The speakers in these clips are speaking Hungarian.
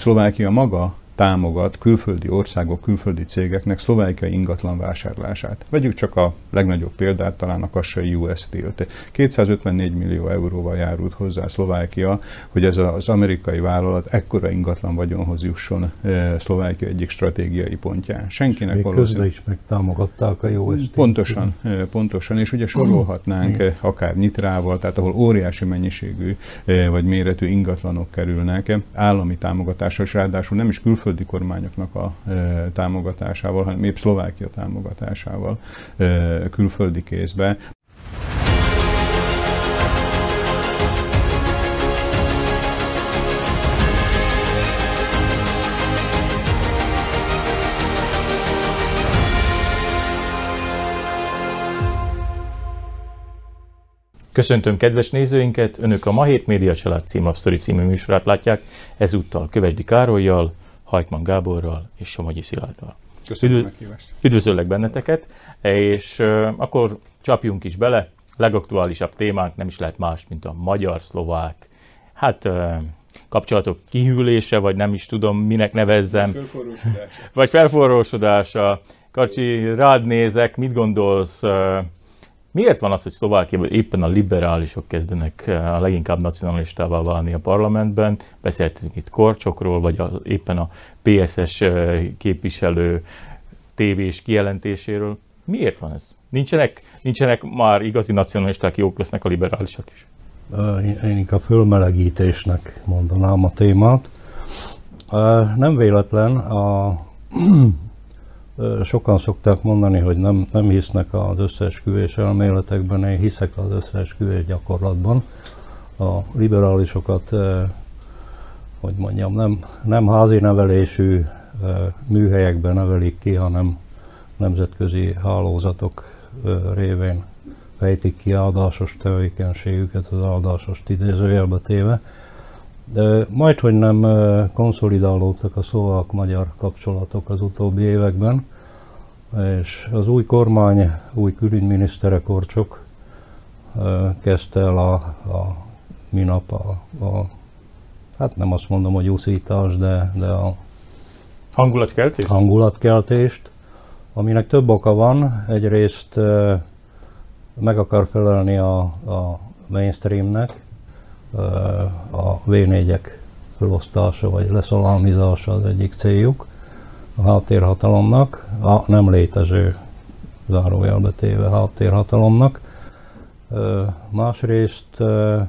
Szlovákia maga támogat külföldi országok, külföldi cégeknek szlovákiai ingatlan vásárlását. Vegyük csak a legnagyobb példát, talán a kassai US Steel-t. 254 millió euróval járult hozzá Szlovákia, hogy ez az amerikai vállalat ekkora ingatlan vagyonhoz jusson Szlovákia egyik stratégiai pontján. Senkinek közben is megtámogatták a US Steel-t. Pontosan, és ugye sorolhatnánk akár Nyitrával, tehát ahol óriási mennyiségű vagy méretű ingatlanok kerülnek állami támogatással, és ráadásul nem is külföldi kormányoknak a támogatásával, hanem épp Szlovákia támogatásával külföldi kézbe. Köszöntöm kedves nézőinket! Önök a Ma Hét Média Család címlapsztori című műsorát látják, ezúttal Kövesdi Károllyal, Hajtman Gáborral és Somogyi Szilárddal. Köszönöm a meghívást! Üdvözöllek benneteket, és akkor csapjunk is bele. Legaktuálisabb témánk nem is lehet más, mint a magyar-szlovák kapcsolatok kihűlése, vagy nem is tudom, minek nevezzem. Vagy felforrósodása. Karcsi, rád nézek, mit gondolsz? Miért van az, hogy Szlovákiában éppen a liberálisok kezdenek a leginkább nacionalistává válni a parlamentben? Beszéltünk itt Korcsokról, vagy éppen a PSS képviselő tévés kijelentéséről. Miért van ez? Nincsenek már igazi nacionalisták, jók lesznek a liberálisok is? Én inkább fölmelegítésnek mondanám a témát. Nem véletlen, sokan szokták mondani, hogy nem hisznek az összeesküvés elméletekben, én hiszek az összeesküvés gyakorlatban. A liberálisokat, hogy mondjam, nem házi nevelésű műhelyekben nevelik ki, hanem nemzetközi hálózatok révén fejtik ki áldásos tevékenységüket, az áldásost idézőjelbe téve. De majdhogy nem konszolidálódtak a szlovák-magyar kapcsolatok az utóbbi években, és az új kormány, új külügyminisztere Korcsok kezdte el minap hát nem azt mondom, hogy uszítás, de a hangulatkeltést, aminek több oka van. Egyrészt meg akar felelni a mainstreamnek, a V4-ek felosztása vagy leszalámizása az egyik céljuk a háttérhatalomnak, a nem létező, zárójelbe téve háttérhatalomnak. Másrészt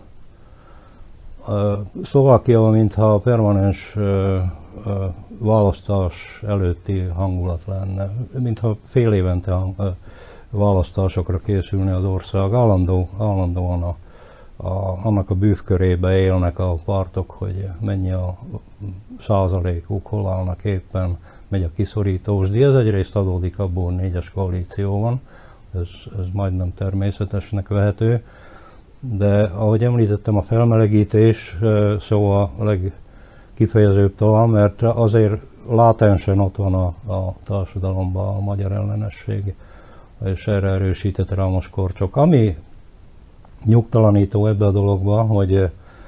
Szlovákia, mintha permanens választás előtti hangulat lenne, mintha fél évente választásokra készülne az ország, állandóan annak a bűvkörébe élnek a pártok, hogy mennyi a százalékuk, hol állnak éppen, megy a kiszorítósdi. Ez egyrészt adódik abból, hogy 4-es koalíció van, ez majdnem természetesnek vehető, de ahogy említettem, a felmelegítés szó a legkifejezőbb talán, mert azért látensen ott van a társadalomban a magyar ellenesség, és erre erősített rá most Korcsok. Ami nyugtalanító ebbe a dologba, hogy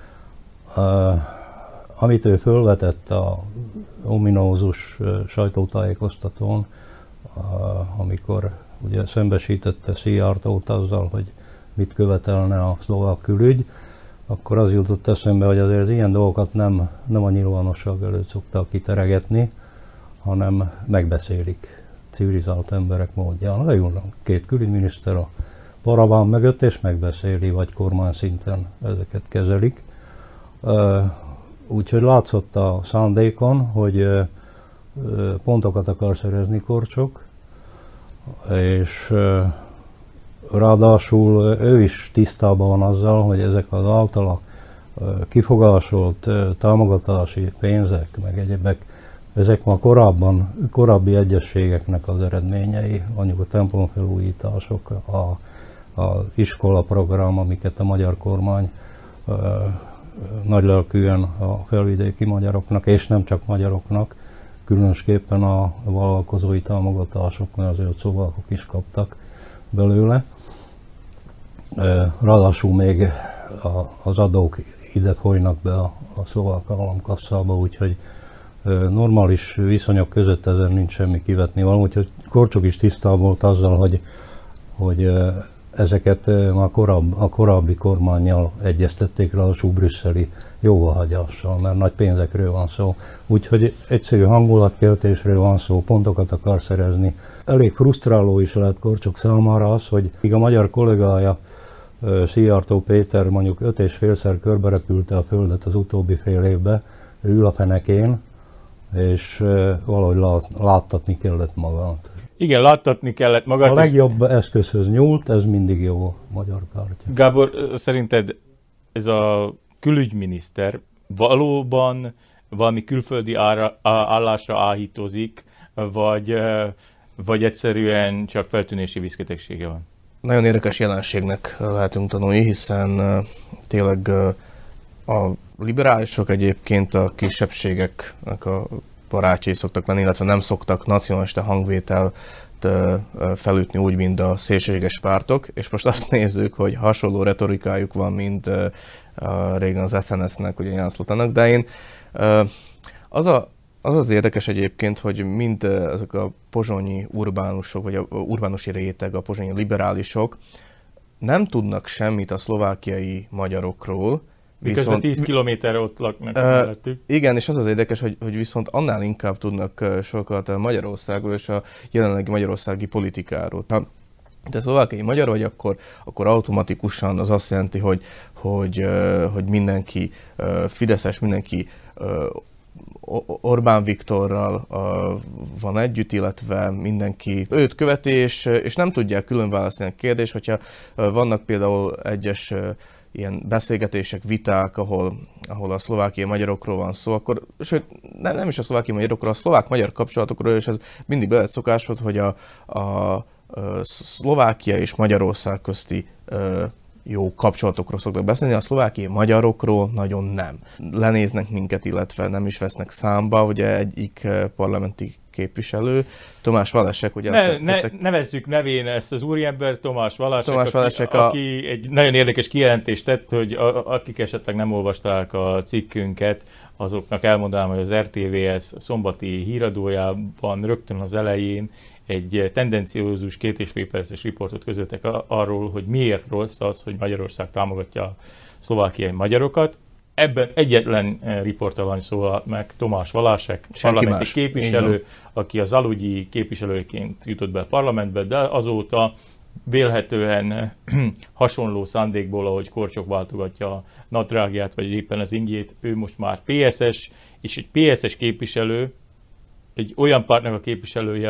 amit ő fölvetett a ominózus sajtótájékoztatón, amikor ugye szembesítette Szijjártót azzal, hogy mit követelne a szlovák külügy, akkor az jutott eszembe, hogy azért ilyen dolgokat nem a nyilvánosság előtt szokták kiteregetni, hanem megbeszélik civilizált emberek módján. Leülnek két külügyminiszter a paraván mögött, és megbeszéli, vagy kormány szinten ezeket kezelik. Úgyhogy látszott a szándékon, hogy pontokat akar szerezni Korcsok, és ráadásul ő is tisztában van azzal, hogy ezek az általa kifogásolt támogatási pénzek, meg egyebek, ezek ma korábbi egyezségeknek az eredményei, mondjuk a templomfelújítások, az iskolaprogram, amiket a magyar kormány nagylelkűen a felvidéki magyaroknak, és nem csak magyaroknak, különösképpen a vállalkozói támogatások, mert azért szlovákok is kaptak belőle. Ráadásul még az adók ide folynak be a szlovák államkasszába, úgyhogy normális viszonyok között ezen nincs semmi kivetnivaló, úgyhogy Korcsok is tisztában volt azzal, hogy ezeket a korábbi kormánnyal egyeztették, ráadásul brüsszeli jóváhagyással, mert nagy pénzekről van szó. Úgyhogy egyszerű hangulatkeltésről van szó, pontokat akar szerezni. Elég frusztráló is lehet Korcsok számára az, hogy míg a magyar kollégája Szijjártó Péter mondjuk 5,5-szer körberepülte a Földet az utóbbi fél évben, ő ül a fenekén, és valahogy láttatni kellett magát. Igen, láttatni kellett magát. A legjobb eszközhöz nyúlt, ez mindig jó a magyar pártja. Gábor, szerinted ez a külügyminiszter valóban valami külföldi állásra áhítozik, vagy egyszerűen csak feltűnési viszketegsége van? Nagyon érdekes jelenségnek lehetünk tanulni, hiszen tényleg a liberálisok egyébként a kisebbségeknek a barátjai szoktak lenni, illetve nem szoktak nacionalista hangvételt felütni úgy, mint a szélsőséges pártok, és most azt nézzük, hogy hasonló retorikájuk van, mint régen az SNS-nek, ugye Ján Szlotának, de én az érdekes egyébként, hogy mind ezek a pozsonyi urbánusok, vagy a urbánusi réteg, a pozsonyi liberálisok nem tudnak semmit a szlovákiai magyarokról. Miközben 10 kilométerre ott laknak mellettük. Igen, és az érdekes, hogy viszont annál inkább tudnak sokat a Magyarországról és a jelenlegi magyarországi politikáról. Ha te szlovákiai magyar vagy, akkor automatikusan az azt jelenti, hogy mindenki fideszes, mindenki Orbán Viktorral van együtt, illetve mindenki őt követi, és nem tudják külön választani a kérdést, hogyha vannak például egyes ilyen beszélgetések, viták, ahol a szlovákiai magyarokról van szó, akkor, sőt, nem is a szlovákiai magyarokról, a szlovák-magyar kapcsolatokról, és ez mindig bevett szokás volt, hogy a Szlovákia és Magyarország közti jó kapcsolatokról szoktak beszélni, a szlovákiai magyarokról nagyon nem. Lenéznek minket, illetve nem is vesznek számba, ugye egyik parlamenti képviselő, Tomás Valesek, ugye nevezzük nevén ezt az úriember, Tomás Valesek, aki egy nagyon érdekes kijelentést tett, hogy akik esetleg nem olvasták a cikkünket, azoknak elmondanám, hogy az RTVS szombati híradójában rögtön az elején egy tendenciózus 2,5 perces riportot közöltek arról, hogy miért rossz az, hogy Magyarország támogatja a szlovákiai magyarokat. Ebben egyetlen riportalany szólalt meg Tomás Valásek, parlamenti képviselő, aki az aludji képviselőként jutott be a parlamentbe, de azóta vélhetően hasonló szándékból, ahogy Korcsok váltogatja a nadrágját, vagy éppen az ingjét, ő most már PSS, és egy PSS képviselő, egy olyan pártnak a képviselője,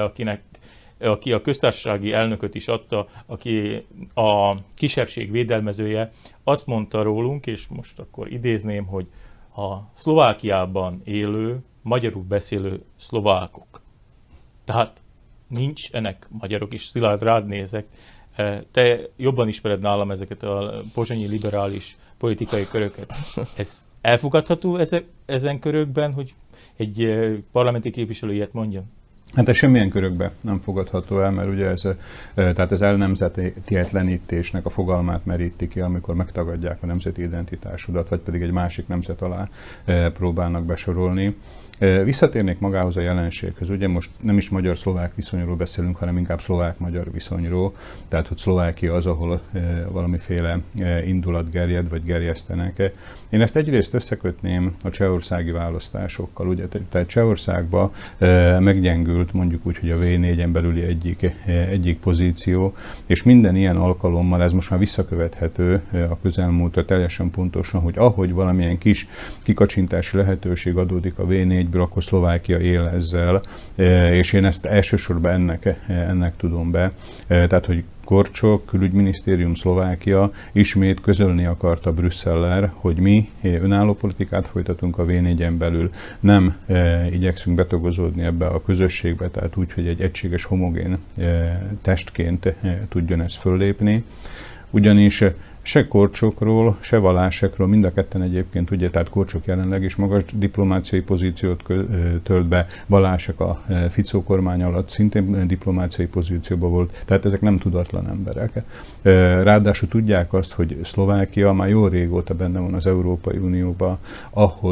aki a köztársasági elnököt is adta, aki a kisebbség védelmezője, azt mondta rólunk, és most akkor idézném, hogy a Szlovákiában élő, magyarul beszélő szlovákok. Tehát nincs ennek magyarok is, Szilárd, rád nézek. Te jobban ismered nálam ezeket a pozsonyi liberális politikai köröket. Ez elfogadható ezen körökben, hogy egy parlamenti képviselő ilyet mondjon? Hát ez semmilyen körökben nem fogadható el, mert ugye tehát az elnemzetietlenítésnek a fogalmát meríti ki, amikor megtagadják a nemzeti identitásudat, vagy pedig egy másik nemzet alá próbálnak besorolni. Visszatérnék magához a jelenséghez. Ugye most nem is magyar-szlovák viszonyról beszélünk, hanem inkább szlovák-magyar viszonyról. Tehát, hogy Szlovákia az, ahol valamiféle indulat gerjed, vagy gerjesztenek. Én ezt egyrészt összekötném a csehországi választásokkal. Ugye, tehát Csehországban meggyengült mondjuk úgy, hogy a V4-en belüli egyik pozíció, és minden ilyen alkalommal, ez most már visszakövethető a közelmúltra teljesen pontosan, hogy ahogy valamilyen kis kikacsintási lehetőség adódik a V4-ből, akkor Szlovákia él ezzel, és én ezt elsősorban ennek tudom be. Tehát, hogy Korcsok, külügyminisztérium, Szlovákia ismét közölni akarta Brüsszellel, hogy mi önálló politikát folytatunk a V4-en belül, nem igyekszünk betagozódni ebbe a közösségbe, tehát úgy, hogy egy egységes, homogén testként tudjon ez föllépni. Ugyanis se Korcsokról, se Valásekról, mind a ketten egyébként, ugye, tehát Korcsok jelenleg is magas diplomáciai pozíciót tölt be, Valásek a Ficó kormány alatt szintén diplomáciai pozícióban volt, tehát ezek nem tudatlan emberek. Ráadásul tudják azt, hogy Szlovákia már jó régóta benne van az Európai Unióban ahhoz,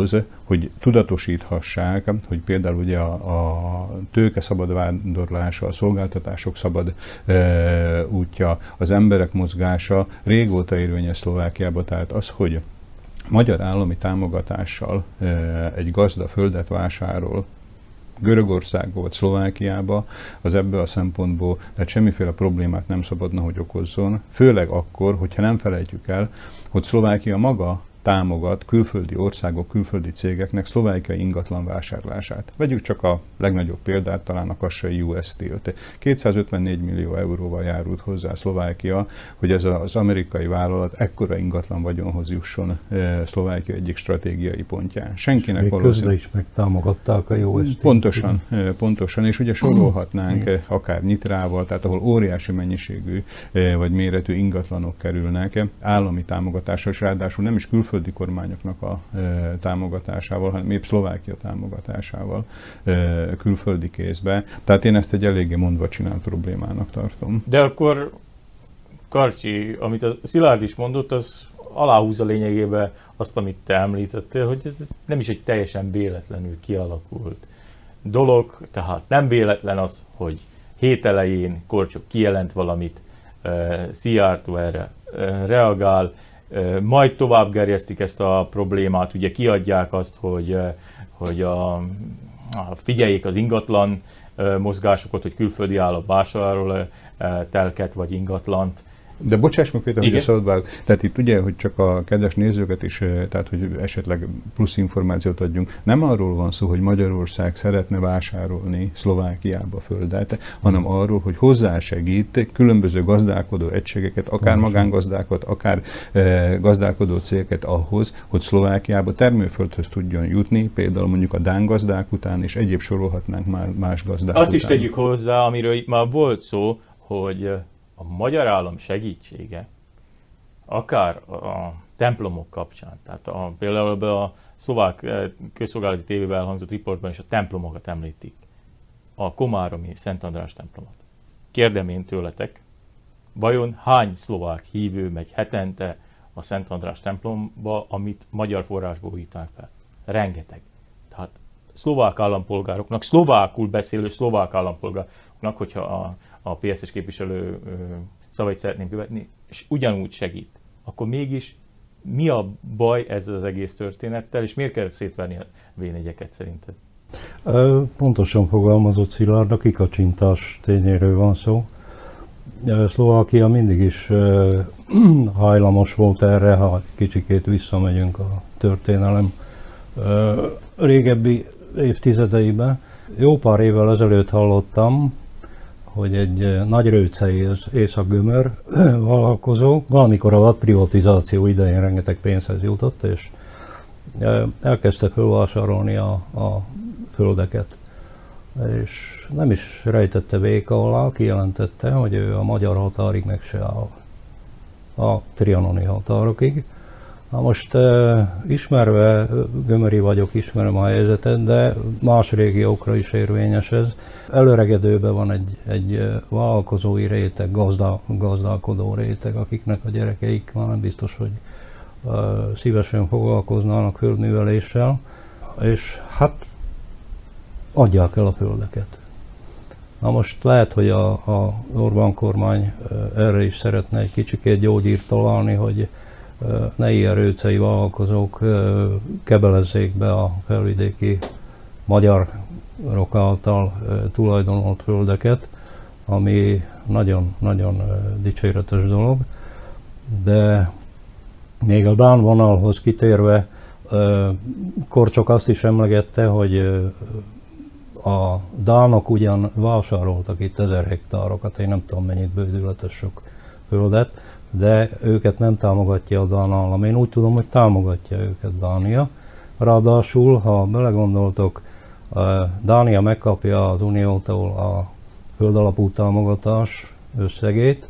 hogy tudatosíthassák, hogy például ugye a tőke szabad vándorlása, a szolgáltatások szabad útja, az emberek mozgása régóta érvényes Szlovákiában, tehát az, hogy magyar állami támogatással egy gazda földet vásárol Görögországba vagy Szlovákiába, az ebből a szempontból, tehát semmiféle problémát nem szabadna, hogy okozzon, főleg akkor, hogyha nem felejtjük el, hogy Szlovákia maga támogat külföldi országok, külföldi cégeknek szlovákiai ingatlan vásárlását. Vegyük csak a legnagyobb példát, talán a kassai US Steel-t. 254 millió euróval járult hozzá Szlovákia, hogy ez az amerikai vállalat ekkora ingatlan vagyonhoz jusson Szlovákia egyik stratégiai pontján. Senkinek valószínűleg is megtámogatták a US Steel-t. Pontosan, és ugye sorolhatnánk akár Nyitrával, tehát ahol óriási mennyiségű vagy méretű ingatlanok kerülnek állami támogatással, és ráadásul nem is külföldi kormányoknak a támogatásával, hanem épp Szlovákia támogatásával külföldi kézbe. Tehát én ezt egy eléggé mondva csinált problémának tartom. De akkor, Karcsi, amit a Szilárd is mondott, az aláhúzza lényegében azt, amit te említettél, hogy ez nem is egy teljesen véletlenül kialakult dolog, tehát nem véletlen az, hogy hét elején Korcsok kijelent valamit, Szijjártó erre reagál, majd tovább gerjesztik ezt a problémát, ugye kiadják azt, hogy figyeljék az ingatlan mozgásokat, hogy külföldi állam vásárol telket vagy ingatlant. De bocsáss meg, Péter, hogy a szabadvágok. Tehát itt ugye, hogy csak a kedves nézőket is, tehát hogy esetleg plusz információt adjunk, nem arról van szó, hogy Magyarország szeretne vásárolni Szlovákiába földet, hanem arról, hogy hozzásegít különböző gazdálkodó egységeket, akár magángazdálkodókat, akár gazdálkodó cégeket ahhoz, hogy Szlovákiába termőföldhöz tudjon jutni, például mondjuk a dán gazdák után, és egyéb sorolhatnánk már más gazdák Azt után. is tegyük hozzá, amiről itt már volt szó, hogy a magyar állam segítsége, akár a templomok kapcsán, tehát például a szlovák közszolgálati tévében elhangzott riportban is a templomokat említik, a komáromi Szent András templomot. Kérdem én tőletek, vajon hány szlovák hívő megy hetente a Szent András templomba, amit magyar forrásból újítanak fel? Rengeteg. Tehát szlovák állampolgároknak, szlovákul beszélő szlovák állampolgároknak, hogyha a PSZ-es képviselő szavait szeretném követni, és ugyanúgy segít, akkor mégis mi a baj ezzel az egész történettel, és miért kell szétverni a V4-eket szerinted? Pontosan fogalmazott Szilárd, a kikacsintás tényéről van szó. Szlovákia mindig is hajlamos volt erre, ha kicsikét visszamegyünk a történelem régebbi évtizedeiben. Jó pár évvel ezelőtt hallottam, hogy egy nagy rőcei Észak-Gömör vállalkozó valamikor a vadprivatizáció idején rengeteg pénzhez jutott, és elkezdte fölvásárolni a földeket. És nem is rejtette véka alá, kijelentette, hogy ő a magyar határig meg se áll, a trianoni határokig. Na most ismerve, gömöri vagyok, ismerem a helyzetet, de más régiókra is érvényes ez. Előregedőben van egy vállalkozói réteg, gazdálkodó réteg, akiknek a gyerekeik már nem biztos, hogy szívesen foglalkoznának földműveléssel, és hát adják el a földeket. Na most lehet, hogy a Orbán kormány erre is szeretne egy kicsikét gyógyírt találni, hogy ne ilyen rőcei vállalkozók kebelezzék be a felvidéki magyarok által tulajdonolt földeket, ami nagyon-nagyon dicséretes dolog. De még a dán vonalhoz kitérve, Korcsok azt is emlegette, hogy a dánok ugyan vásároltak itt 1000 hektárokat, én nem tudom mennyit, bődületes sok földet, de őket nem támogatja a dán állam. Én úgy tudom, hogy támogatja őket Dánia. Ráadásul, ha belegondoltok, Dánia megkapja az Uniótól a földalapú támogatás összegét.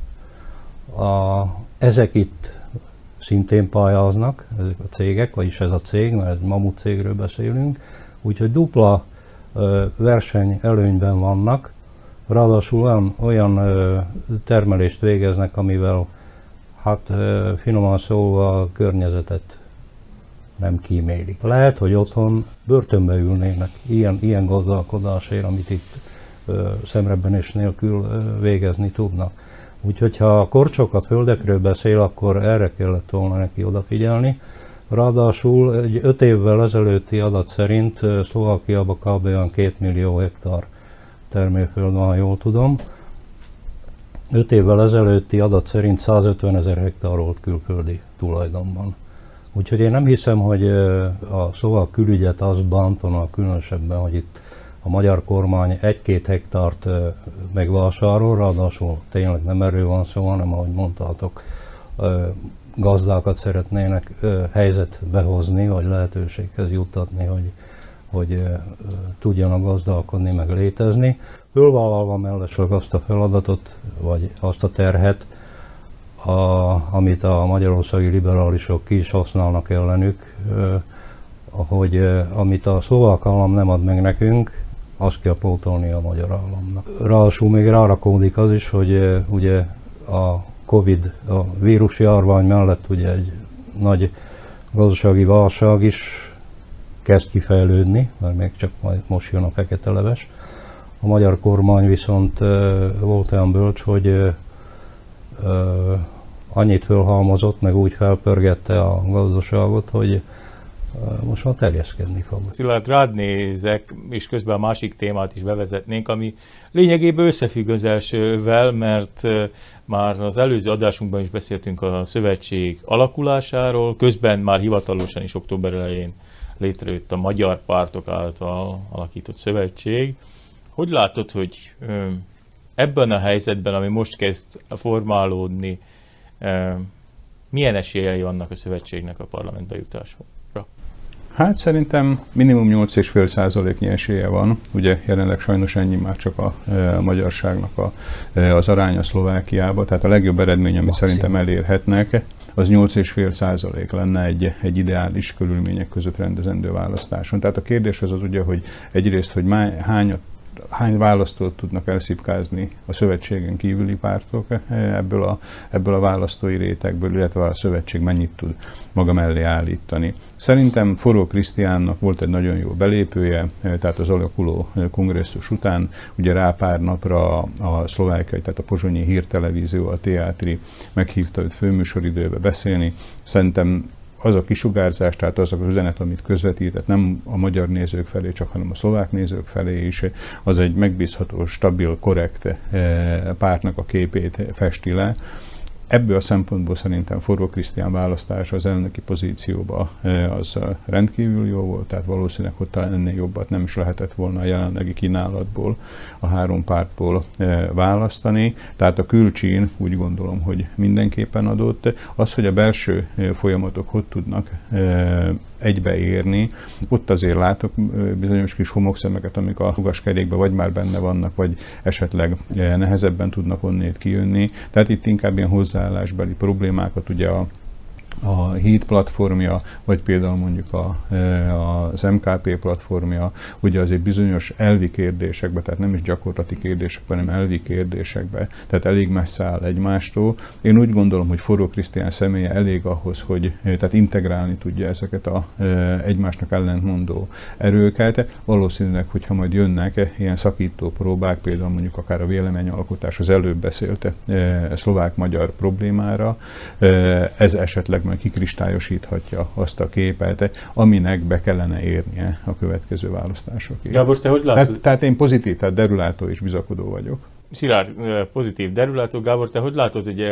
Ezek itt szintén pályáznak, ezek a cégek, vagyis ez a cég, mert egy mamut cégről beszélünk, úgyhogy dupla verseny előnyben vannak, ráadásul olyan termelést végeznek, amivel hát finoman szólva a környezetet nem kímélik. Lehet, hogy otthon börtönbe ülnének ilyen gazdálkodásért, amit itt szemrebbenés nélkül végezni tudnak. Úgyhogy ha a Korcsok a földekről beszél, akkor erre kellett volna neki odafigyelni. Ráadásul egy 5 évvel ezelőtti adat szerint Szlovákiában kb. 2 millió hektár termőföld van, ha jól tudom. 5 évvel ezelőtti adat szerint 150 000 hektár volt külföldi tulajdonban. Úgyhogy én nem hiszem, hogy a szlovák külügyet az bántana különösebben, hogy itt a magyar kormány 1-2 hektárt megvásárol, ráadásul tényleg nem erről van szó, hanem ahogy mondtátok, gazdákat szeretnének helyzetbe hozni, vagy lehetőséghez juttatni, hogy tudjanak gazdálkodni, meg létezni. Fölvállalva mellesleg azt a feladatot, vagy azt a terhet, amit a magyarországi liberálisok ki is használnak ellenük, hogy amit a szlovák állam nem ad meg nekünk, azt kell pótolni a magyar államnak. Ráadásul még rárakódik az is, hogy ugye a Covid, a vírusjárvány mellett ugye egy nagy gazdasági válság is kezd kifejlődni, mert még csak majd most jön a fekete leves. A magyar kormány viszont volt olyan bölcs, hogy annyit fölhalmozott, meg úgy felpörgette a gazdaságot, hogy most már terjeszkedni fog. Szilárd, rád nézek, és közben a másik témát is bevezetnénk, ami lényegében összefügg az elsővel, mert már az előző adásunkban is beszéltünk a szövetség alakulásáról, közben már hivatalosan is október elején létrejött a magyar pártok által alakított szövetség. Hogy látod, hogy ebben a helyzetben, ami most kezd formálódni, milyen esélyei vannak a szövetségnek a parlamentbe jutásra? Hát szerintem minimum 8,5%-nyi esélye van. Ugye jelenleg sajnos ennyi már csak a magyarságnak az aránya Szlovákiában, tehát a legjobb eredmény, amit szerintem elérhetnek, az 8,5% lenne egy ideális körülmények között rendezendő választáson. Tehát a kérdés az ugye, hogy egyrészt, hogy hány választót tudnak elszipkázni a szövetségen kívüli pártok ebből a választói rétegből, illetve a szövetség mennyit tud maga mellé állítani. Szerintem Forró Krisztiánnak volt egy nagyon jó belépője, tehát az alakuló kongresszus után, ugye rá pár napra a szlovákiai, tehát a pozsonyi hírtelevízió, a teátri meghívta őt főműsoridőbe beszélni. Szerintem az a kisugárzás, tehát az az üzenet, amit közvetített, nem a magyar nézők felé, csak hanem a szlovák nézők felé is, az egy megbízható, stabil, korrekt pártnak a képét festi le. Ebből a szempontból szerintem Forró Krisztián választása az elnöki pozícióba az rendkívül jó volt, tehát valószínűleg, hogy talán ennél jobbat nem is lehetett volna a jelenlegi kínálatból, a 3 pártból választani. Tehát a külcsín úgy gondolom, hogy mindenképpen adott. Az, hogy a belső folyamatok hogy tudnak egybeérni, ott azért látok bizonyos kis homokszemeket, amik a fogaskerékben vagy már benne vannak, vagy esetleg nehezebben tudnak onnét kijönni. Tehát itt inkább ilyen hozzáállásbeli problémákat, ugye a HÍD platformja, vagy például mondjuk az MKP platformja, ugye azért bizonyos elvi kérdésekbe, tehát nem is gyakorlati kérdésekbe, hanem elvi kérdésekbe, tehát elég messze áll egymástól. Én úgy gondolom, hogy Forró Krisztián személye elég ahhoz, hogy tehát integrálni tudja ezeket egymásnak ellentmondó erőket. Valószínűleg, hogyha majd jönnek ilyen szakító próbák, például mondjuk akár a véleményalkotás, az előbb beszélte szlovák-magyar problémára, ez esetleg majd kikristályosíthatja azt a képet, aminek be kellene érnie a következő választásokig. Gábor, te hogy látod? Tehát én pozitív, tehát derülátó és bizakodó vagyok. Szilárd, pozitív, derülátó. Gábor, te hogy látod, hogy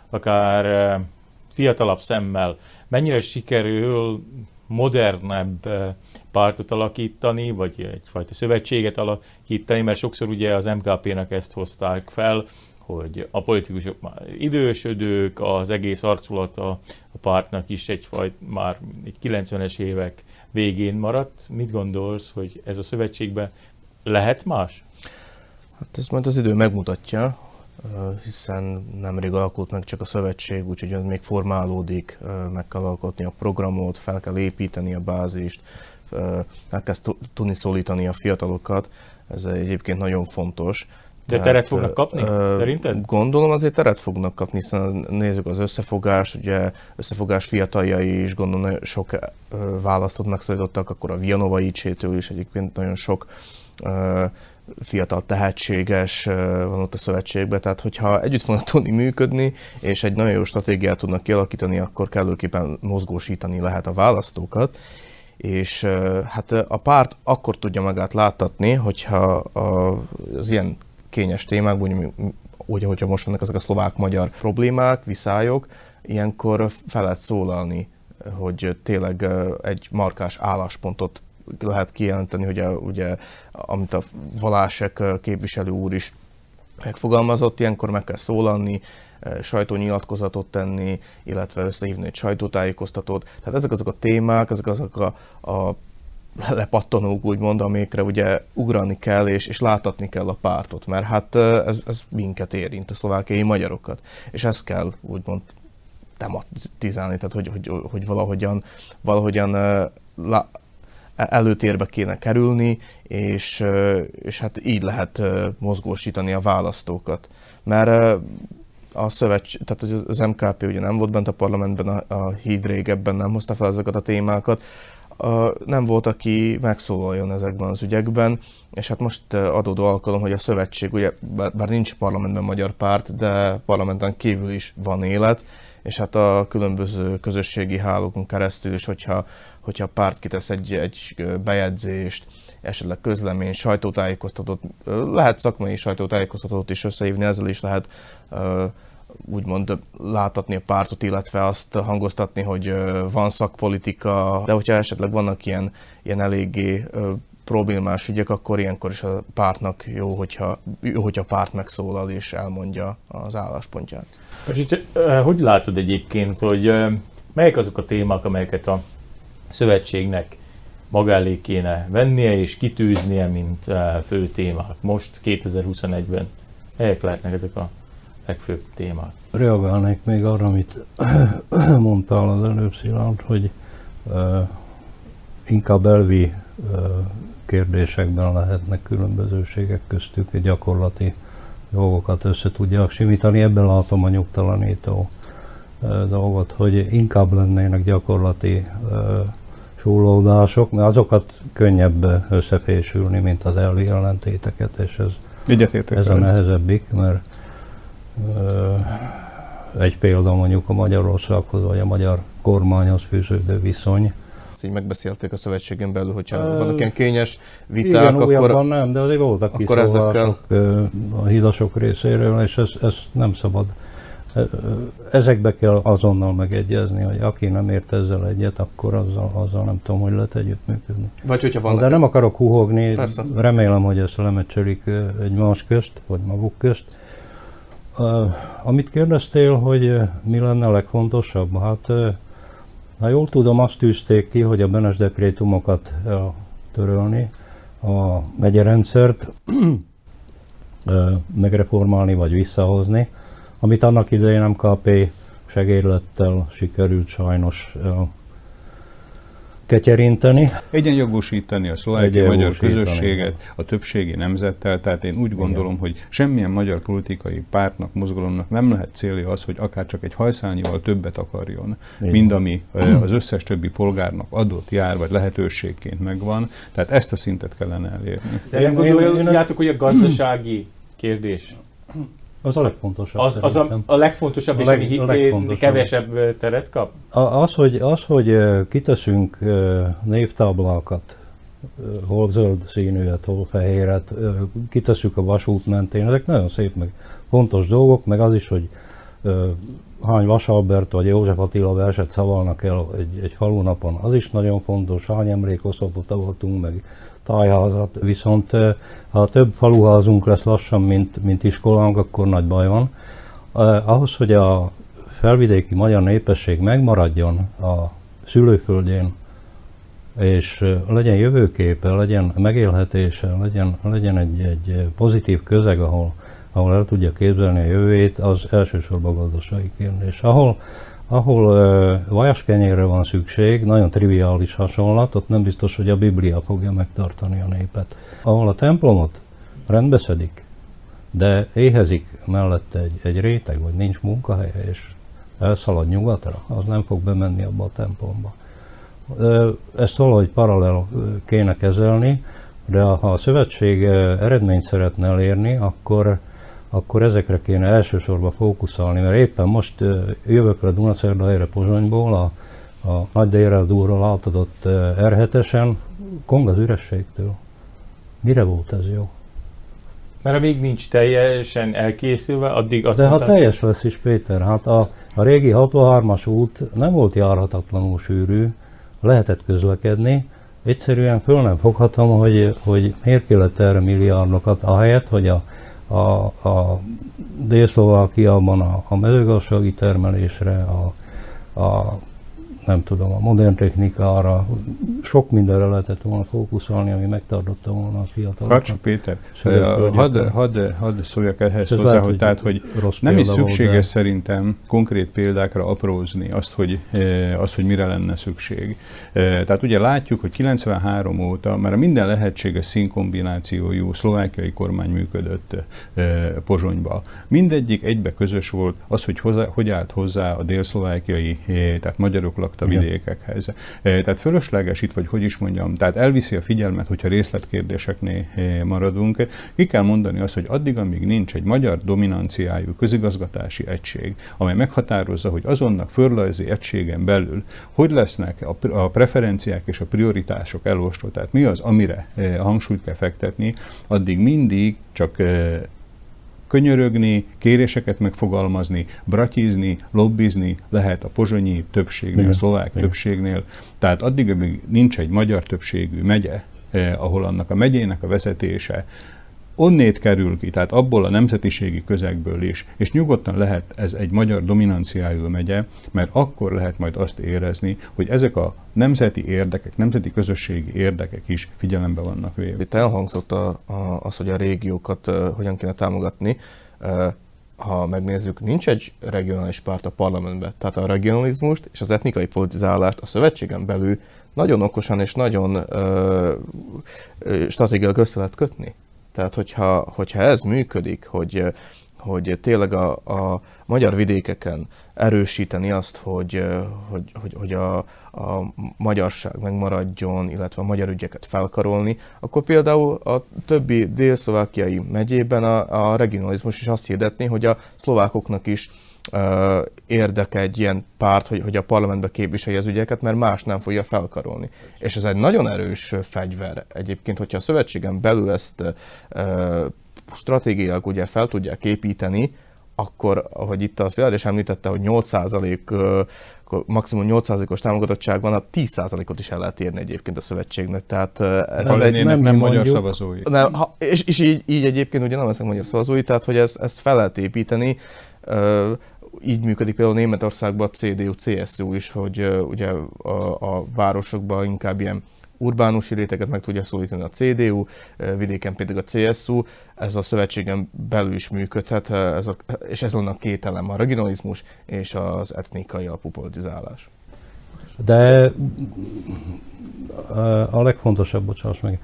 akár fiatalabb szemmel mennyire sikerül modernebb pártot alakítani, vagy egyfajta szövetséget alakítani, mert sokszor ugye az MKP-nek ezt hozták fel, hogy a politikusok már idősödők, az egész arculata a pártnak is már egy 90-es évek végén maradt. Mit gondolsz, hogy ez a szövetségben lehet más? Hát ezt majd az idő megmutatja, hiszen nemrég alakult meg csak a szövetség, úgyhogy ez még formálódik, meg kell alkotni a programot, fel kell építeni a bázist, el kell tudni szólítani a fiatalokat, ez egyébként nagyon fontos. De teret fognak kapni, szerinted? Gondolom azért teret fognak kapni, hiszen nézzük az Összefogás, ugye Összefogás fiataljai is gondolom nagyon sok választót megszólítottak, akkor a Vianovaicsétől is egyébként nagyon sok fiatal tehetséges van ott a szövetségben, tehát hogyha együtt fognak tudni működni, és egy nagyon jó stratégiát tudnak kialakítani, akkor kellőképpen mozgósítani lehet a választókat, és hát a párt akkor tudja magát láttatni, hogyha az ilyen kényes témák, úgy, hogyha most vannak ezek a szlovák-magyar problémák, viszályok, ilyenkor fel lehet szólalni, hogy tényleg egy markáns álláspontot lehet kijelenteni, hogy ugye, amit a Valásek képviselő úr is megfogalmazott, ilyenkor meg kell szólalni, sajtónyilatkozatot tenni, illetve összehívni egy sajtótájékoztatót. Tehát ezek azok a témák, ezek azok a lepattanók, úgymond, amikre ugye ugrani kell, és láttatni kell a pártot, mert hát ez minket érint, a szlovákiai magyarokat. És ezt kell úgymond tematizálni, tehát hogy valahogyan előtérbe kéne kerülni, és hát így lehet mozgósítani a választókat. Mert tehát az MKP ugye nem volt bent a parlamentben, a Híd régebben nem hozta fel ezeket a témákat, nem volt, aki megszólaljon ezekben az ügyekben, és hát most adódó alkalom, hogy a szövetség, ugye, bár nincs parlamentben magyar párt, de parlamenten kívül is van élet, és hát a különböző közösségi hálókon keresztül is, hogyha a párt kitesz egy bejegyzést, esetleg közlemény, sajtótájékoztatót, lehet szakmai sajtótájékoztatót is összehívni, ezzel is lehet úgymond láttatni a pártot, illetve azt hangoztatni, hogy van szakpolitika, de hogyha esetleg vannak ilyen eléggé problémás ügyek, akkor ilyenkor is a pártnak jó, hogyha a párt megszólal és elmondja az álláspontját. Hogy látod egyébként, hogy melyek azok a témák, amelyeket a szövetségnek maga elé kéne vennie és kitűznie, mint fő témák most 2021-ben? Melyek lehetnek ezek a legfőbb témák? Reagálnék még arra, amit mondtál az előbb, Szilárd, hogy inkább elvi kérdésekben lehetnek különbözőségek köztük, gyakorlati dolgokat össze tudják simítani. Ebben látom a nyugtalanító dolgot, hogy inkább lennének gyakorlati súrlódások, mert azokat könnyebb összefésülni, mint az elvi ellentéteket, és ez a nehezebbik, mert egy példa mondjuk a Magyarországhoz, vagy a magyar kormányhoz fűződő viszony. Ezt így megbeszélték a szövetségen belül, hogyha vannak ilyen kényes viták, igen, akkor nem, de azért voltak kiszólások a hídasok részéről, és ez nem szabad. Ezekbe kell azonnal megegyezni, hogy aki nem ért ezzel egyet, akkor azzal nem tudom, hogy lehet együttműködni. Vagy hogyha vannak. De nem akarok húhogni, remélem, hogy ezt lemecselik egymás közt, vagy maguk közt. Amit kérdeztél, hogy mi lenne a legfontosabb? Hát, ha jól tudom, azt tűzték ki, hogy a Benes dekrétumokat törölni, a megyerendszert megreformálni vagy visszahozni, amit annak idején MKP segédlettel sikerült sajnos ketyerinteni. Egyenjogosítani a szlovákiai magyar közösséget a többségi nemzettel, tehát én úgy gondolom, hogy semmilyen magyar politikai pártnak, mozgalomnak nem lehet célja az, hogy akár csak egy hajszálnyival többet akarjon, mint ami az összes többi polgárnak adott jár, vagy lehetőségként megvan, tehát ezt a szintet kellene elérni. De nem gondoljátok, hogy a gazdasági kérdés az a legfontosabb. Az a legfontosabb, és ami kevesebb teret kap? Az, hogy kiteszünk névtáblákat, hol zöld színűet, hol fehéret, kiteszünk a vasút mentén, ezek nagyon szép, meg fontos dolgok, meg az is, hogy hány Vasalbert vagy József Attila verset szavalnak el egy falunapon, az is nagyon fontos, hány emlékoszlopot avattunk meg, tájházat, viszont ha több faluházunk lesz lassan, mint iskolánk, akkor nagy baj van. Ahhoz, hogy a felvidéki magyar népesség megmaradjon a szülőföldjén, és legyen jövőképe, legyen megélhetése, legyen egy pozitív közeg, ahol el tudja képzelni a jövőjét, az elsősorban gazdasági kérdés. Ahol vajaskenyérre van szükség, nagyon triviális hasonlat, ott nem biztos, hogy a Biblia fogja megtartani a népet. Ahol a templomot rendbeszedik, de éhezik mellette egy réteg, vagy nincs munkahelye, és elszalad nyugatra, az nem fog bemenni abba a templomba. Ezt valahogy paralel kéne kezelni, de ha a szövetség eredményt szeretne elérni, akkor ezekre kéne elsősorban fókuszálni, mert éppen most jövök le Dunaszerdahelyre Pozsonyból, a Nagy Dérel Dúrral átadott R7-esen, kong az ürességtől. Mire volt ez jó? Mert amíg nincs teljesen elkészülve, addig azt de mondtam, ha teljes lesz is, Péter, hát a régi 63-as út nem volt járhatatlanul sűrű, lehetett közlekedni, egyszerűen föl nem foghatom, hogy miért kellett erre milliárdokat, ahelyett, hogy a Dél-Szlovákiában a mezőgazdasági termelésre, nem tudom, a modern technikára, sok mindenre lehetett volna fókuszálni, ami megtartotta volna a fiatalokat. Karcsik Péter, hadd szóljak ehhez hozzá, hogy nem is szükséges szerintem konkrét példákra aprózni azt, hogy mire lenne szükség. Tehát ugye látjuk, hogy 93 óta már minden lehetséges színkombinációjú szlovákiai kormány működött Pozsonyba. Mindegyik egybe közös volt az, hogy állt hozzá a dél-szlovákiai, tehát magyarok lakta vidékekhez. Tehát fölösleges itt, vagy hogy is mondjam, tehát elviszi a figyelmet, hogyha részletkérdéseknél maradunk. Ki kell mondani azt, hogy addig, amíg nincs egy magyar dominanciájú közigazgatási egység, amely meghatározza, hogy azonnak földrajzi egységen belül hogy lesznek a preferenciák és a prioritások elosztva, tehát mi az, amire hangsúlyt kell fektetni, addig mindig csak könyörögni, kéréseket megfogalmazni, bratyízni, lobbizni lehet a pozsonyi többségnél, a szlovák többségnél. Tehát addig, amíg nincs egy magyar többségű megye, ahol annak a megyének a vezetése onnét kerül ki, tehát abból a nemzetiségi közegből is, és nyugodtan lehet ez egy magyar dominanciájú megye, mert akkor lehet majd azt érezni, hogy ezek a nemzeti érdekek, nemzeti közösségi érdekek is figyelembe vannak véve. Itt elhangzott az, hogy a régiókat hogyan kéne támogatni. Ha megnézzük, nincs egy regionális párt a parlamentben, tehát a regionalizmust és az etnikai politizálást a szövetségen belül nagyon okosan és nagyon stratégiailag össze lehet kötni. Tehát, hogyha ez működik, hogy tényleg a magyar vidékeken erősíteni azt, hogy a magyarság megmaradjon, illetve a magyar ügyeket felkarolni, akkor például a többi dél-szlovákiai megyében a regionalizmus is azt hirdetni, hogy a szlovákoknak is érdeke egy ilyen párt, hogy a parlamentbe képviselje az ügyeket, mert más nem fogja felkarolni. És ez egy nagyon erős fegyver egyébként, hogyha a szövetségen belül ezt stratégiailag ugye fel tudják építeni, akkor, ahogy itt a Szilárd is említette, hogy 8%, maximum 8%-os támogatottság van, a 10%-ot is el lehet érni egyébként a szövetségnek. Tehát ez nem magyar szavazói. És így egyébként ugye nem lesznek magyar szavazói, tehát hogy ezt fel lehet építeni. Így működik például Németországban a CDU-CSU is, hogy ugye a városokban inkább ilyen urbánusi réteget meg tudja szólítani a CDU, vidéken pedig a CSU, ez a szövetségen belül is működhet, és ez annak két elem, a regionalizmus és az etnikai alapú politizálás. De a legfontosabb, bocsáss meg,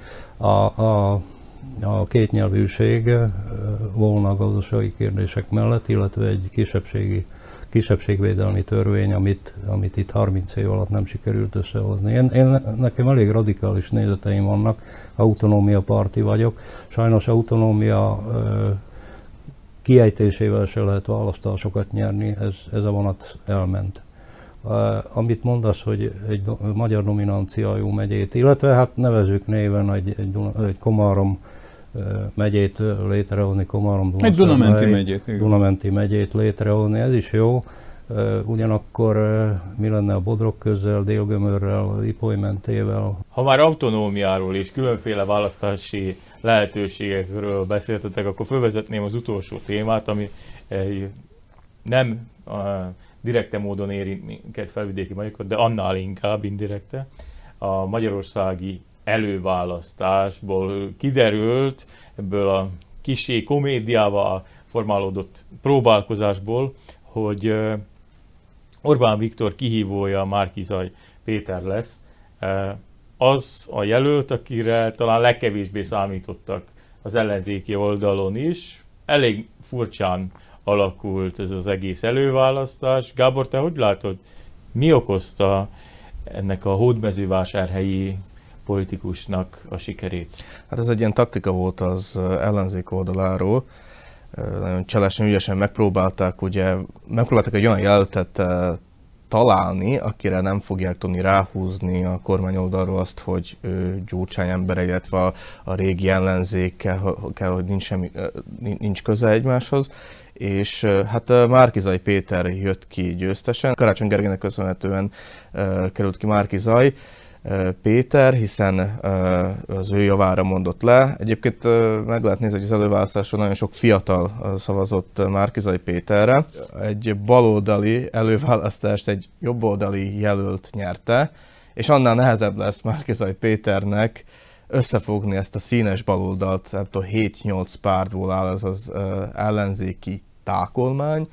a kétnyelvűség volna a gazdasági kérdések mellett, illetve egy kisebbségvédelmi törvény, amit itt 30 év alatt nem sikerült összehozni. Nekem elég radikális nézeteim vannak, autonómia párti vagyok. Sajnos autonómia kiejtésével se lehet választásokat nyerni, ez a vonat elment. Amit mondasz, hogy egy magyar dominanciájú megyét, illetve hát nevezzük néven egy Komárom megyét létrehozni, egy Dunamenti megyét létrehozni, ez is jó. Ugyanakkor mi lenne a Bodrog közzel, Délgömörrel, Ipoly mentével? Ha már autonómiáról és különféle választási lehetőségekről beszéltetek, akkor felvezetném az utolsó témát, ami nem direkte módon érint minket, felvidéki magyarokat, de annál inkább indirekte. A magyarországi előválasztásból kiderült, ebből a kissé komédiával formálódott próbálkozásból, hogy Orbán Viktor kihívója Márki-Zay Péter lesz. Az a jelölt, akire talán legkevésbé számítottak az ellenzéki oldalon is, elég furcsán alakult ez az egész előválasztás. Gábor, te hogy látod, mi okozta ennek a hódmezővásárhelyi politikusnak a sikerét? Hát ez egy ilyen taktika volt az ellenzék oldaláról. Nagyon cselesen, ügyesen megpróbálták egy olyan jelöltet találni, akire nem fogják tudni ráhúzni a kormányoldalról azt, hogy Gyurcsány embere, illetve a régi ellenzékkel, hogy nincs köze egymáshoz. És hát Márki-Zay Péter jött ki győztesen. Karácsony Gergelynek köszönhetően került ki Márki-Zay Péter, hiszen az ő javára mondott le. Egyébként meg lehet nézni, hogy az előválasztáson nagyon sok fiatal szavazott Márki-Zay Péterre. Egy baloldali előválasztást egy jobboldali jelölt nyerte, és annál nehezebb lesz Márki-Zay Péternek összefogni ezt a színes baloldalt, 7-8 pártból áll ez az ellenzéki tákolmány,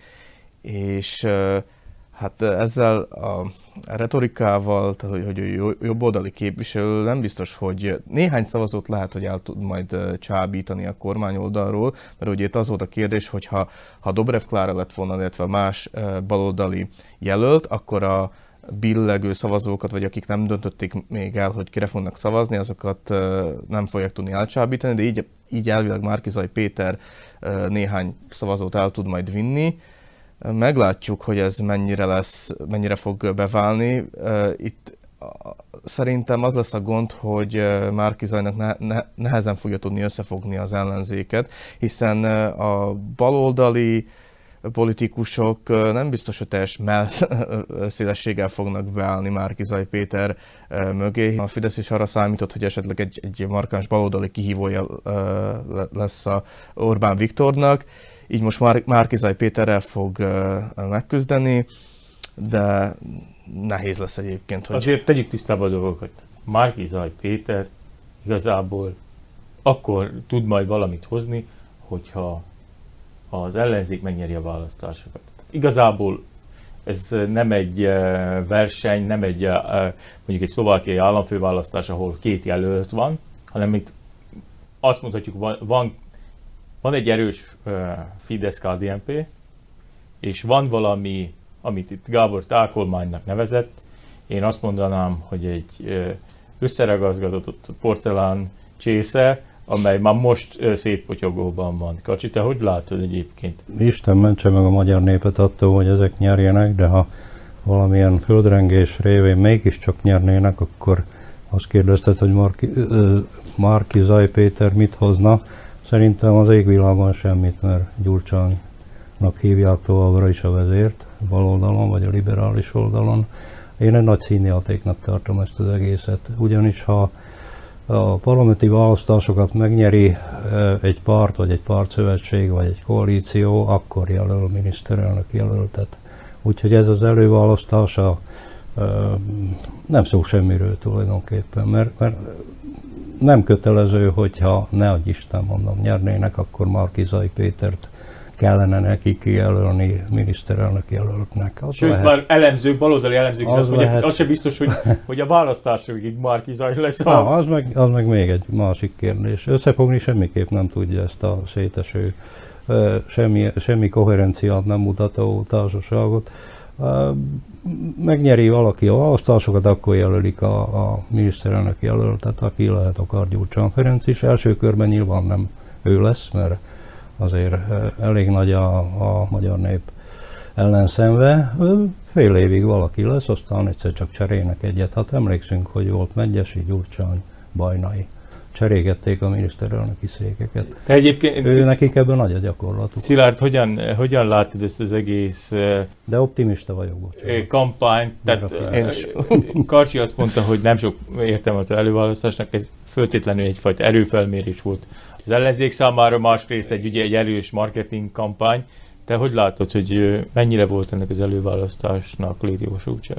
és hát ezzel a retorikával, tehát hogy jobboldali képviselő nem biztos, hogy néhány szavazót lehet, hogy el tud majd csábítani a kormányoldalról, mert ugye itt az volt a kérdés, hogy ha Dobrev Klára lett volna, illetve más baloldali jelölt, akkor a billegő szavazókat, vagy akik nem döntötték még el, hogy kire fognak szavazni, azokat nem fogják tudni elcsábítani, de így elvileg Márki-Zay Péter néhány szavazót el tud majd vinni. Meglátjuk, hogy ez mennyire fog beválni. Itt szerintem az lesz a gond, hogy Márki-Zaynak nehezen fogja tudni összefogni az ellenzéket, hiszen a baloldali politikusok nem biztos, hogy teljes szélességgel fognak beállni Márki-Zay Péter mögé. A Fidesz is arra számított, hogy esetleg egy markáns baloldali kihívója lesz a Orbán Viktornak. Így most Márki-Zay Péterrel fog megküzdeni, de nehéz lesz egyébként. Hogy... Azért tegyük tisztába a dolgokat. Márki-Zay Péter igazából akkor tud majd valamit hozni, hogyha az ellenzék megnyeri a választásokat. Igazából ez nem egy verseny, nem egy mondjuk egy szlovákiai államfőválasztás, ahol két jelölt van, hanem itt azt mondhatjuk, van egy erős Fidesz-KDNP, és van valami, amit itt Gábor tákolmánynak nevezett. Én azt mondanám, hogy egy összeragazgatott porcelán csésze, amely már most szétpotyogóban van. Kacsi, te hogy látod egyébként? Isten mentse meg a magyar népet attól, hogy ezek nyerjenek, de ha valamilyen földrengés révén mégiscsak nyernének, akkor azt kérdezted, hogy Márki-Zay Péter mit hozna. Szerintem az égvilágon semmit, mert Gyurcsánynak hívják továbbra is a vezért, a baloldalon vagy a liberális oldalon. Én egy nagy színjátéknak tartom ezt az egészet, ugyanis ha a parlamenti választásokat megnyeri egy párt, vagy egy pártszövetség, vagy egy koalíció, akkor jelöl miniszterelnök jelöltet. Úgyhogy ez az előválasztása nem szól semmiről tulajdonképpen, mert nem kötelező, hogyha ne adj Isten, mondom, nyernének, akkor Márki-Zay Pétert kellene neki kijelölni miniszterelnök jelöltnek. Sőt, már baloldali elemzők is azt mondják, az sem biztos, hogy a választásokig Márki-Zay lesz. Az meg még egy másik kérdés. Összefogni semmiképp nem tudja ezt a széteső, semmi koherenciát nem mutató társaságot. Megnyeri valaki a választásokat, akkor jelölik a miniszterelnök jelöltet, aki lehet akár Gyurcsány Ferenc is. Első körben nyilván nem ő lesz, mert azért elég nagy a magyar nép ellenszenve. Fél évig valaki lesz, aztán egyszer csak cserélnek egyet. Hát emlékszünk, hogy volt Medgyessy, Gyurcsány, Bajnai. Cserégették a miniszterelnöki székeket. Nekik ebben nagy a gyakorlatuk. Szilárd, hogyan látod ezt az egész de optimista vagyok, bocsánat. Kampányt? Tehát Karcsi azt mondta, hogy nem sok értelme az előválasztásnak, ez föltétlenül egyfajta erőfelmérés volt az ellenzék számára, másrészt egy erős marketing kampány. Te hogy látod, hogy mennyire volt ennek az előválasztásnak létjogosultsága?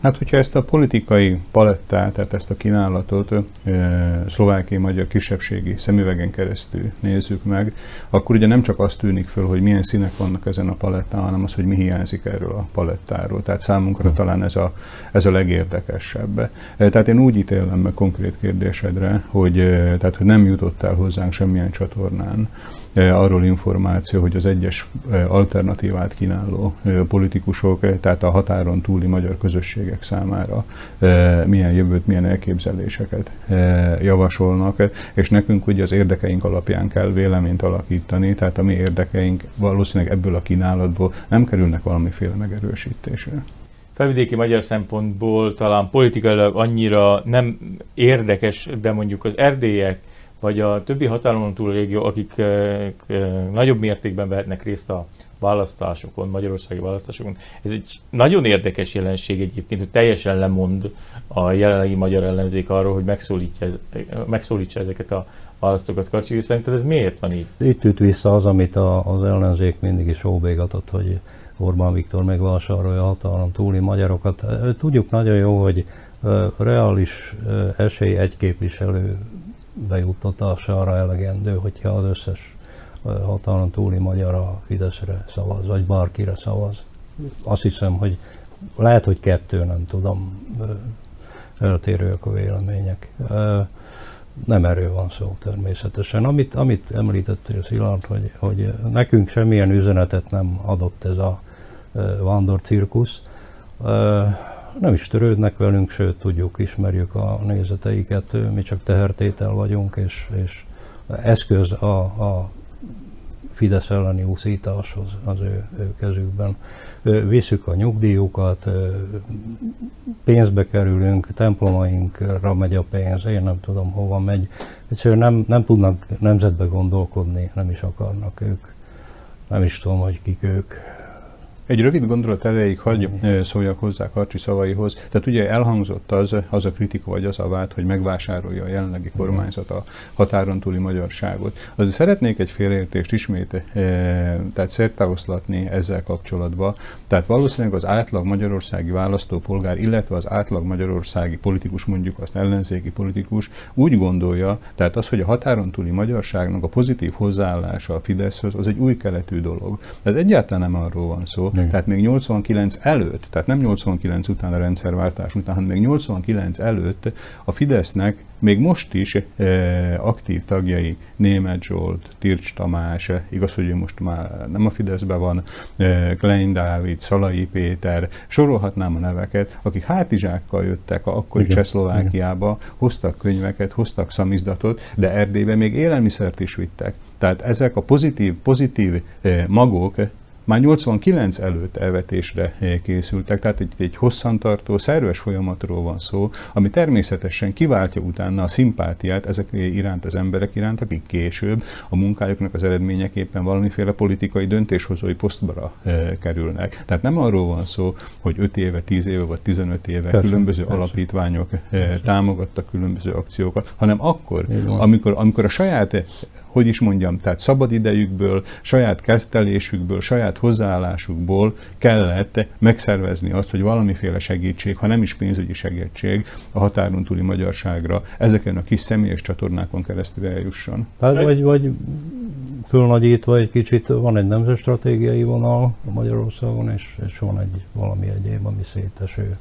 Hát, hogyha ezt a politikai palettát, tehát ezt a kínálatot szlovákiai magyar kisebbségi szemüvegen keresztül nézzük meg, akkor ugye nem csak azt tűnik föl, hogy milyen színek vannak ezen a palettán, hanem az, hogy mi hiányzik erről a palettáról. Tehát számunkra talán ez a legérdekesebb. Tehát én úgy ítélem meg konkrét kérdésedre, hogy nem jutott el hozzánk semmilyen csatornán arról információ, hogy az egyes alternatívát kínáló politikusok, tehát a határon túli magyar közösségek számára milyen jövőt, milyen elképzeléseket javasolnak, és nekünk ugye az érdekeink alapján kell véleményt alakítani, tehát a mi érdekeink valószínűleg ebből a kínálatból nem kerülnek valamiféle megerősítésre. Felvidéki magyar szempontból talán politikailag annyira nem érdekes, de mondjuk az erdélyek vagy a többi határon túl régió, akik nagyobb mértékben vehetnek részt a választásokon, magyarországi választásokon. Ez egy nagyon érdekes jelenség egyébként, hogy teljesen lemond a jelenlegi magyar ellenzék arról, hogy megszólítsa ezeket a választókat. Karcsi, szerinted ez miért van így? Itt üt vissza az, amit az ellenzék mindig is óvégatott, hogy Orbán Viktor megvásárolja a határon túli magyarokat. Tudjuk nagyon jó, hogy reális esély egy képviselő bejuttatására elegendő, hogyha az összes határon túli magyar a Fideszre szavaz, vagy bárkire szavaz. Azt hiszem, hogy lehet, hogy kettő, nem tudom, eltérőek a vélemények. Nem erről van szó természetesen. Amit említettél, Szilárd, hogy nekünk semmilyen üzenetet nem adott ez a vándorcirkusz. Nem is törődnek velünk, sőt tudjuk, ismerjük a nézeteiket, mi csak tehertétel vagyunk, és eszköz a Fidesz elleni úszításhoz az ő kezükben. Visszük a nyugdíjukat, pénzbe kerülünk, templomainkra megy a pénz, én nem tudom hova megy. Egyszerűen nem tudnak nemzetbe gondolkodni, nem is akarnak ők. Nem is tudom, hogy kik ők. Egy rövid gondolat erejéig hagyj szóljak hozzá Karcsi szavaihoz. Tehát ugye elhangzott az a kritika, vagy az a vád, hogy megvásárolja a jelenlegi kormányzat a határon túli magyarságot. Azért szeretnék egy félreértést ismét tehát szertávoszlatni ezzel kapcsolatban. Tehát valószínűleg az átlag magyarországi választópolgár, illetve az átlag magyarországi politikus, mondjuk azt ellenzéki politikus úgy gondolja, tehát az, hogy a határon túli magyarságnak a pozitív hozzáállása a Fideszhöz, az egy új keletű dolog. Ez egyáltalán nem arról van szó. Tehát még 89 előtt, tehát nem 89 után a rendszerváltás után, hanem még 89 előtt a Fidesznek még most is aktív tagjai Németh Zsolt, Tircs Tamás, igaz, hogy ő most már nem a Fideszben van, Klein Dávid, Szalai Péter, sorolhatnám a neveket, akik hátizsákkal jöttek akkori Csehszlovákiába, hoztak könyveket, hoztak szamizdatot, de Erdélybe még élelmiszert is vittek. Tehát ezek a pozitív magok már 89 előtt elvetésre készültek, tehát egy hosszantartó, szerves folyamatról van szó, ami természetesen kiváltja utána a szimpátiát ezek iránt, az emberek iránt, akik később a munkájuknak az eredményeképpen valamiféle politikai döntéshozói posztba kerülnek. Tehát nem arról van szó, hogy 5 éve, 10 éve vagy 15 éve különböző alapítványok támogattak különböző akciókat, hanem akkor, amikor a saját, hogy is mondjam, tehát szabad idejükből, saját kezdtelésükből, saját hozzáállásukból kellett megszervezni azt, hogy valamiféle segítség, ha nem is pénzügyi segítség a határon túli magyarságra ezeken a kis személyes csatornákon keresztül eljusson. Vagy fölnagyítva egy kicsit, van egy nemzetstratégiai vonal a Magyarországon, és van egy valami egyéb, ami széteső.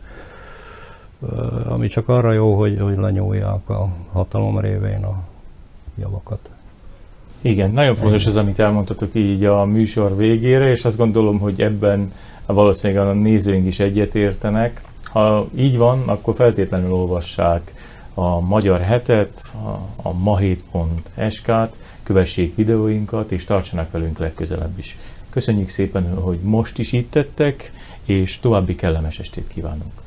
Ami csak arra jó, hogy lenyúlják a hatalom révén a javakat. Igen, nagyon fontos az, amit elmondhatok így a műsor végére, és azt gondolom, hogy ebben valószínűleg a nézőink is egyetértenek. Ha így van, akkor feltétlenül olvassák a Magyar Hetet, a ma7.sk-t, kövessék videóinkat, és tartsanak velünk legközelebb is. Köszönjük szépen, hogy most is itt tettek, és további kellemes estét kívánunk!